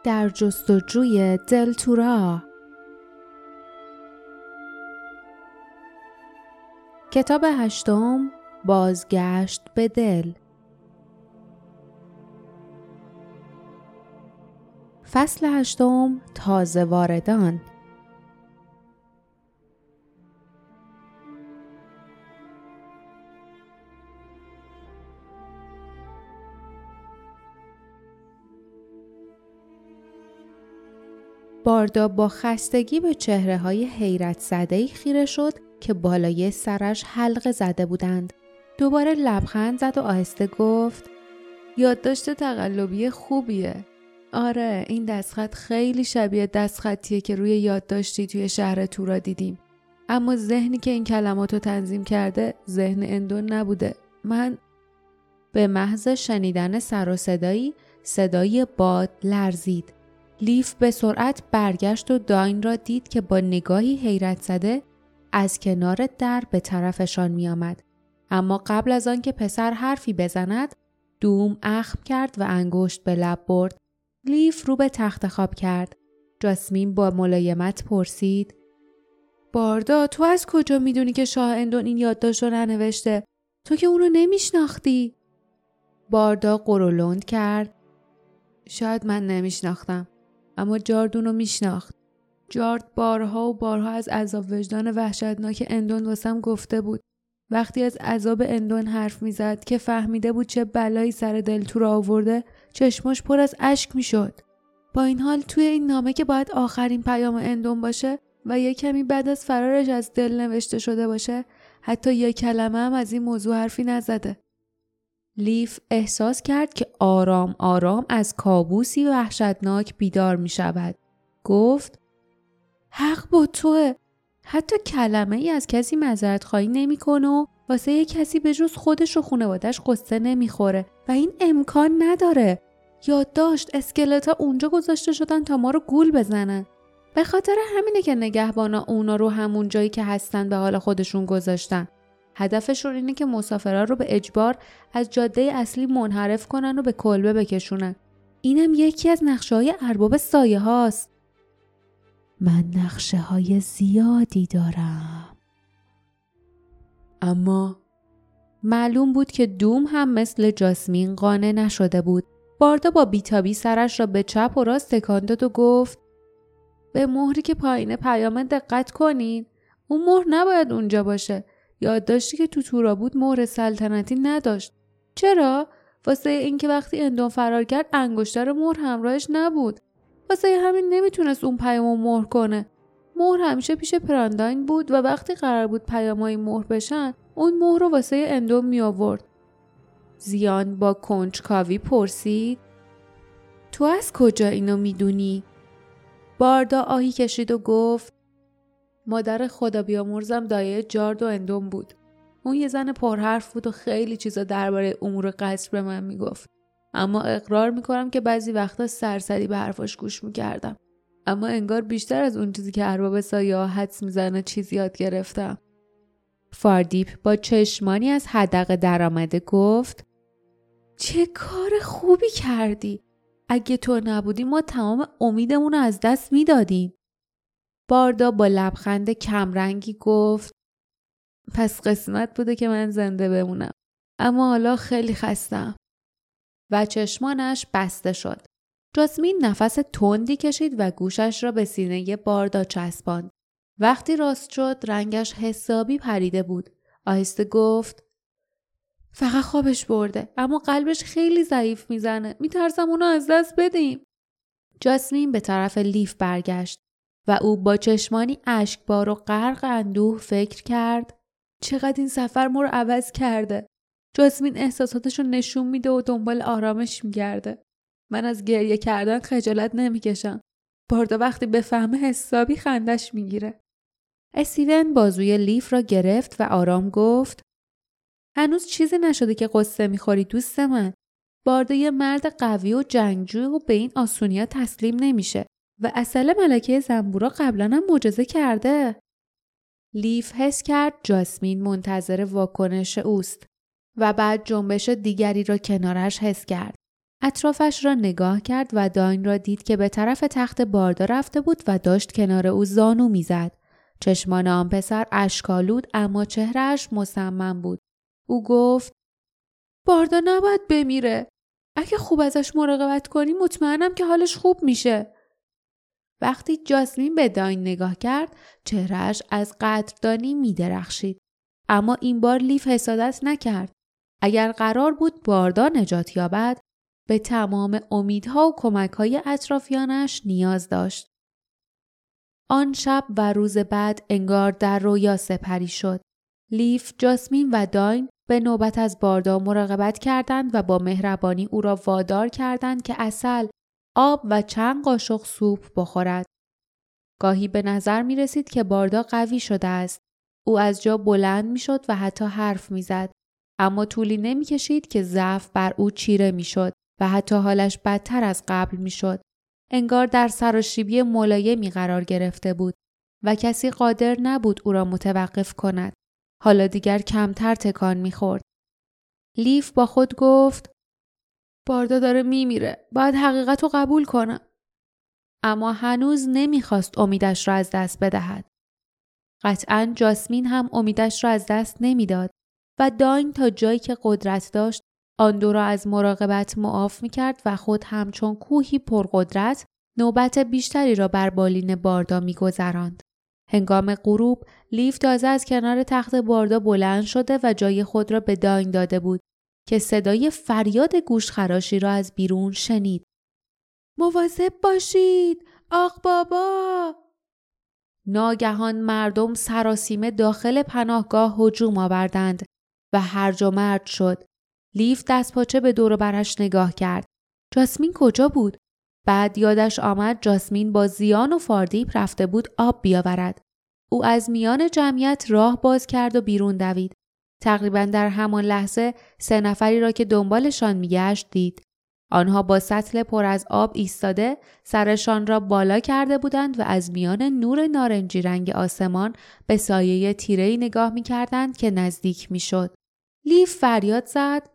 در جستجوی دلتورا. کتاب 8، بازگشت به دل. فصل 8، تازه واردان. باردا با خستگی به چهره‌های حیرت زده‌ای خیره شد که بالای سرش حلقه زده بودند. دوباره لبخند زد و آهسته گفت: یادداشت تقلبی خوبیه. آره، این دستخط خیلی شبیه دستخطیه که روی یادداشتی توی شهر تورا دیدیم. اما ذهنی که این کلماتو تنظیم کرده ذهن اندون نبوده. من به محض شنیدن سر و صدای باد لرزید. لیف به سرعت برگشت و داین را دید که با نگاهی حیرت زده از کنار در به طرفشان می آمد. اما قبل از آن که پسر حرفی بزند، دوم اخم کرد و انگشت به لب برد. لیف رو به تخت خواب کرد. جاسمین با ملایمت پرسید: باردا، تو از کجا میدونی که شاه اندون این یادداشت رو ننوشته؟ تو که اون رو نمیشناختی؟ باردا قرولند کرد: شاید من نمیشناختم، اما جارد اون رو میشناخت. جارد بارها و بارها از عذاب وجدان وحشتناک اندون واسم گفته بود. وقتی از عذاب اندون حرف میزد که فهمیده بود چه بلایی سر دلتورا آورده، چشماش پر از اشک میشد. با این حال توی این نامه که باید آخرین پیام اندون باشه و یک کمی بعد از فرارش از دل نوشته شده باشه، حتی یک کلمه هم از این موضوع حرفی نزده. لیف احساس کرد که آرام آرام از کابوسی وحشتناک بیدار می شود. گفت: حق با توه. حتی کلمه ای از کسی معذرت خواهی نمی کنه و واسه یک کسی به جز خودش و خانواده‌اش قصه نمی خوره و این امکان نداره. یادداشت اسکلتا اونجا گذاشته شدن تا ما رو گول بزنن. به خاطر همینه که نگهبانا اونا رو همون جایی که هستن به حال خودشون گذاشتن. هدفشون اینه که مسافرها رو به اجبار از جاده اصلی منحرف کنن و به کلبه بکشونن. اینم یکی از نقشه‌های ارباب سایه هاست. من نقشه‌های زیادی دارم. اما معلوم بود که دوم هم مثل جاسمین قانع نشده بود. باردا با بیتابی سرش را به چپ و راست تکان داد و گفت: به مهری که پایین پیام دقت کنین. اون مهر نباید اونجا باشه. یادداشتی که تو تورا بود مهر سلطنتی نداشت. چرا؟ واسه اینکه وقتی اندون فرار کرد انگشتر مهر همراهش نبود. واسه همین نمیتونست اون پیامو مهر کنه. مهر همیشه پیش پرانداین بود و وقتی قرار بود پیامای مهر بشن، اون مهر رو واسه اندون می آورد. زیان با کنجکاوی پرسید: تو از کجا اینو میدونی؟ باردا آهی کشید و گفت: مادر خدا بیامرزم دایه جارد و اندون بود. اون یه زن پرحرف بود و خیلی چیزا درباره امور قصر به من میگفت. اما اقرار میکنم که بعضی وقتا سرسری به حرفاش گوش میکردم. اما انگار بیشتر از اون چیزی که ارباب سایه ها حدس میزنه چیزی یاد گرفتم. فاردیپ با چشمانی از حدقه درآمده گفت: چه کار خوبی کردی. اگه تو نبودی ما تمام امیدمون رو از دست میدادیم. باردا با لبخند کمرنگی گفت: پس قسمت بوده که من زنده بمونم. اما حالا خیلی خستم. و چشمانش بسته شد. جاسمین نفس تندی کشید و گوشش را به سینه باردا چسباند. وقتی راست شد رنگش حسابی پریده بود. آهسته گفت: فقط خوابش برده، اما قلبش خیلی ضعیف میزنه. میترسم اونو از دست بدیم. جاسمین به طرف لیف برگشت و او با چشمانی اشکبار و غرق اندوه فکر کرد: چقدر این سفر ما رو عوض کرده. جاسمین احساساتش رو نشون میده و دنبال آرامش میگرده. من از گریه کردن خجالت نمیکشم. باردا وقتی بفهمه حسابی خندش میگیره. استیون بازوی لیف را گرفت و آرام گفت: هنوز چیزی نشده که قصه میخوری دوست من. باردا یه مرد قوی و جنگجوی و به این آسونی‌ها تسلیم نمیشه و عسل ملکه زنبورا قبلا هم معجزه کرده. لیف حس کرد جاسمین منتظر واکنش اوست و بعد جنبش دیگری را کنارش حس کرد. اطرافش را نگاه کرد و داین را دید که به طرف تخت باردا رفته بود و داشت کنار او زانو میزد. چشمان آن پسر اشک‌آلود اما چهرهش مصمم بود. او گفت باردا نباید بمیره. اگه خوب ازش مراقبت کنی مطمئنم که حالش خوب میشه. وقتی جاسمین به داین نگاه کرد چهرهش از قدردانی میدرخشید. اما این بار لیف حسادت نکرد. اگر قرار بود باردا نجات یابد به تمام امیدها و کمک‌های اطرافیانش نیاز داشت. آن شب و روز بعد انگار در رویا سپری شد. لیف، جاسمین و داین به نوبت از باردا مراقبت کردند و با مهربانی او را وادار کردند که عسل، آب و چند قاشق سوپ بخورد. گاهی به نظر می رسید که باردا قوی شده است. او از جا بلند می شد و حتی حرف می زد. اما طولی نمی کشید که ضعف بر او چیره می شد و حتی حالش بدتر از قبل می شد. انگار در سراشیبی ملایمی قرار گرفته بود و کسی قادر نبود او را متوقف کند. حالا دیگر کمتر تکان می خورد. لیف با خود گفت باردا داره می میره. باید حقیقت رو قبول کنم. اما هنوز نمی خواست امیدش را از دست بدهد. قطعاً جاسمین هم امیدش را از دست نمی داد و داین تا جایی که قدرت داشت آن دو را از مراقبت معاف می کرد و خود همچون کوهی پرقدرت نوبت بیشتری را بر بالین باردا می گذراند. هنگام غروب لیف تازه از کنار تخت باردا بلند شده و جای خود را به داین داده بود که صدای فریاد گوشخراشی را از بیرون شنید. مواظب باشید! آق بابا! ناگهان مردم سراسیمه داخل پناهگاه هجوم آوردند و هرج و مرج شد. لیف دست پاچه به دور و برش نگاه کرد. جاسمین کجا بود؟ بعد یادش آمد جاسمین با زیان و فاردیب رفته بود آب بیاورد. او از میان جمعیت راه باز کرد و بیرون دوید. تقریباً در همان لحظه 3 نفری را که دنبالشان میگشت دید. آنها با سطل پر از آب ایستاده سرشان را بالا کرده بودند و از میان نور نارنجی رنگ آسمان به سایه تیره‌ای نگاه می‌کردند که نزدیک می‌شد. لیف فریاد زد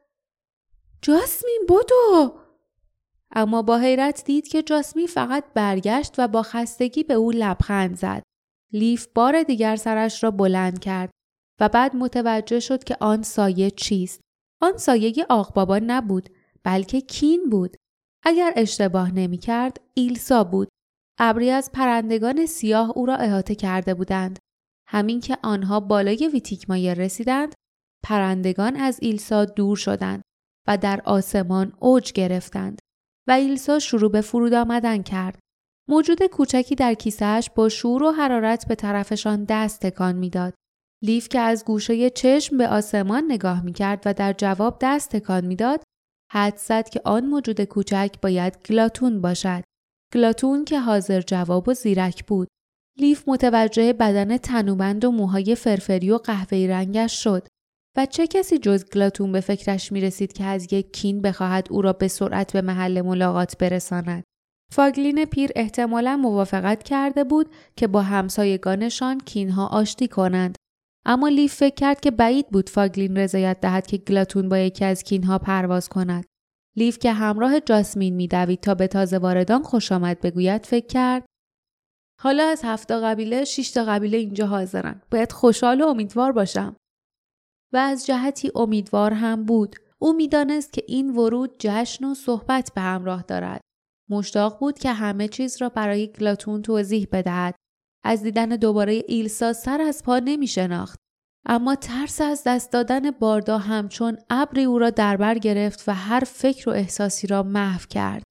جاسمین بدو! اما با حیرت دید که جاسمین فقط برگشت و با خستگی به او لبخند زد. لیف بار دیگر سرش را بلند کرد و بعد متوجه شد که آن سایه چیست. آن سایه آق بابا نبود بلکه کین بود. اگر اشتباه نمی کرد ایلسا بود. ابری از پرندگان سیاه او را احاطه کرده بودند. همین که آنها بالای ویتیکمایر رسیدند پرندگان از ایلسا دور شدند و در آسمان اوج گرفتند و ایلسا شروع به فرود آمدن کرد. موجود کوچکی در کیسه‌اش با شور و حرارت به طرفشان دست تکان می‌داد. لیف که از گوشه چشم به آسمان نگاه می‌کرد و در جواب دست تکان می‌داد، حدس زد که آن موجود کوچک باید گلاتون باشد. گلاتون که حاضر جواب و زیرک بود. لیف متوجه بدن تنومند و موهای فرفری و قهوه‌ای رنگش شد و چه کسی جز گلاتون به فکرش می‌رسید که از یک کین بخواهد او را به سرعت به محل ملاقات برساند. فاگلین پیر احتمالاً موافقت کرده بود که با همسایگانشان کینها آشتی کنند. اما لیف فکر کرد که بعید بود فاگلین رضایت دهد که گلاتون با یکی از کینها پرواز کند. لیف که همراه جاسمین می‌دوید تا به تازه واردان خوش آمد بگوید فکر کرد حالا از 7 قبیله 6 قبیله اینجا حاضرن. باید خوشحال و امیدوار باشم. و از جهتی امیدوار هم بود. او می‌دانست که این ورود جشن و صحبت به همراه دارد. مشتاق بود که همه چیز را برای گلاتون توضیح بدهد. از دیدن دوباره ایلسا سر از پا نمی شناخت. اما ترس از دست دادن باردا همچون ابری او را در بر گرفت و هر فکر و احساسی را محو کرد.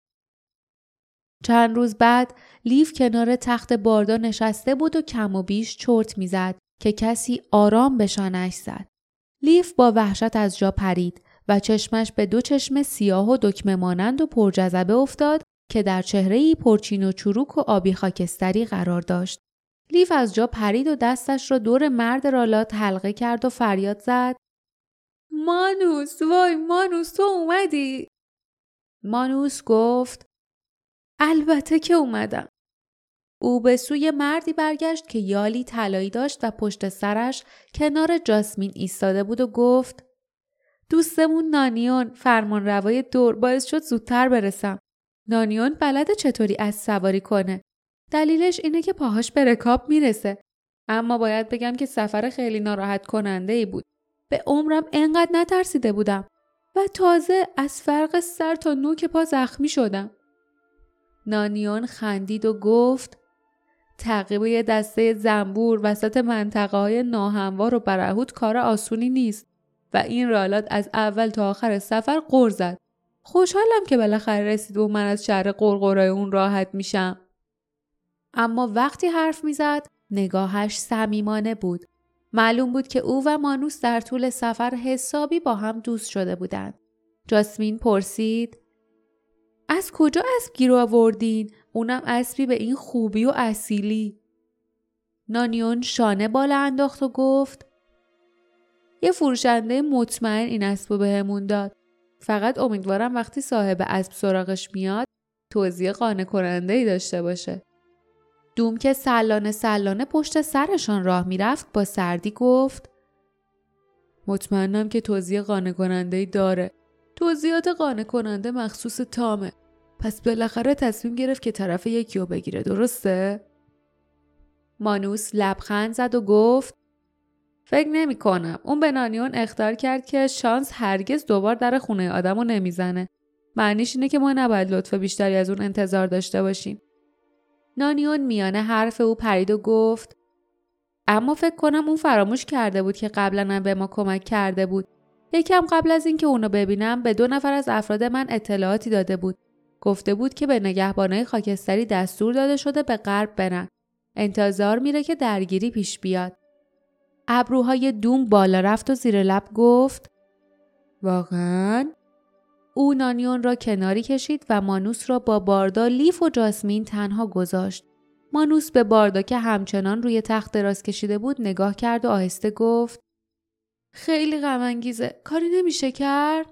چند روز بعد لیف کنار تخت باردا نشسته بود و کم و بیش چرت می زد که کسی آرام به شانه‌اش زد. لیف با وحشت از جا پرید و چشمش به 2 چشم سیاه و دکمه مانند و پرجذبه افتاد که در چهره‌ای پرچین و چروک و آبی خاکستری قرار داشت. لیف از جا پرید و دستش را دور مرد رالات حلقه کرد و فریاد زد مانوس، وای مانوس تو اومدی؟ مانوس گفت البته که اومدم. او به سوی مردی برگشت که یالی طلایی داشت و پشت سرش کنار جاسمین ایستاده بود و گفت دوستمون نانیون فرمانروای دور باعث شد زودتر برسم. نانیون بلده چطوری اسب سواری کنه. دلیلش اینه که پاهاش به رکاب میرسه. اما باید بگم که سفر خیلی ناراحت کننده ای بود. به عمرم انقدر نترسیده بودم و تازه از فرق سر تا نوک پا زخمی شدم. نانیون خندید و گفت تعقیب یه دسته زنبور وسط منطقه‌های ناهموار و برهوت کار آسونی نیست و این رالات از اول تا آخر سفر غر زد. خوشحالم که بالاخره رسید و من از شر قرقرای اون راحت میشم. اما وقتی حرف میزد نگاهش صمیمانه بود. معلوم بود که او و مانوس در طول سفر حسابی با هم دوست شده بودند. جاسمین پرسید از کجا اسب گیر آوردین؟ اونم اسبی به این خوبی و اصیلی. نانیون شانه بالا انداخت و گفت یه فروشنده مطمئن این اسبو بهمون داد. فقط امیدوارم وقتی صاحب اسب سراغش میاد توضیح قانع کننده‌ای داشته باشه. دوم که سلانه پشت سرشان راه میرفت با سردی گفت مطمئنم که توضیح قانع کننده‌ای داره. توضیحات قانع کننده مخصوص تامه. پس بالاخره تصمیم گرفت که طرف یکیو بگیره، درسته؟ مانوس لبخند زد و گفت فکر نمی کنم. اون به نانیون اخطار کرد که شانس هرگز دوبار در خونه آدمو نمیزنه. معنیش اینه که ما نباید لطف بیشتری از اون انتظار داشته باشیم. نانیون میانه حرف او پرید و گفت اما فکر کنم اون فراموش کرده بود که قبلا به ما کمک کرده بود. یکم قبل از اینکه اونو ببینم به 2 نفر از افراد من اطلاعاتی داده بود. گفته بود که به نگهبانای خاکستری دستور داده شده به غرب برن. انتظار میره که درگیری پیش بیاد. ابروهای دوم بالا رفت و زیر لب گفت واقعاً؟ او نانیون را کناری کشید و مانوس را با باردا، لیف و جاسمین تنها گذاشت. مانوس به باردا که همچنان روی تخت دراز کشیده بود نگاه کرد و آهسته گفت خیلی غم انگیزه. کاری نمیشه کرد؟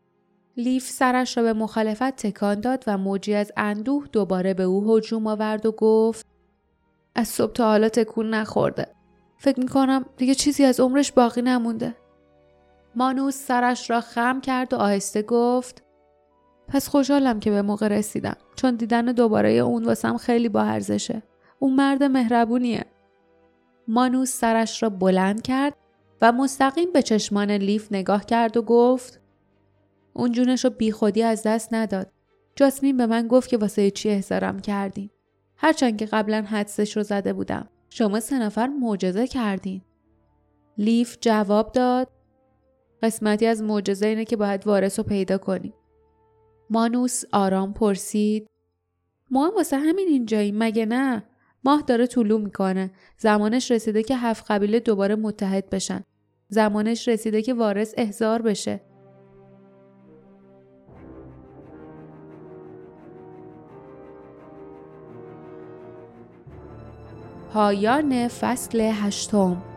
لیف سرش را به مخالفت تکان داد و موجی از اندوه دوباره به او هجوم آورد و گفت از صبح تا حالا تکون نخورده. فکر میکنم دیگه چیزی از عمرش باقی نمونده. مانوس سرش را خم کرد و آهسته گفت پس خوشحالم که به موقع رسیدم، چون دیدن دوباره اون واسم خیلی با ارزشه. اون مرد مهربونیه. مانوس سرش را بلند کرد و مستقیم به چشمان لیف نگاه کرد و گفت اون جونش رو بی خودی از دست نداد. جاسمین به من گفت که واسه چی احضارم کردین. هرچند که قبلا حدسش رو زده بودم. شما 3 نفر معجزه کردین. لیف جواب داد قسمتی از معجزه اینه که باید وارث رو پیدا کنیم. مانوس آرام پرسید ما هم واسه همین اینجاییم مگه نه؟ ماه داره طلوع میکنه. زمانش رسیده که 7 قبیله دوباره متحد بشن. زمانش رسیده که وارث احضار بشه. پایان فصل 8.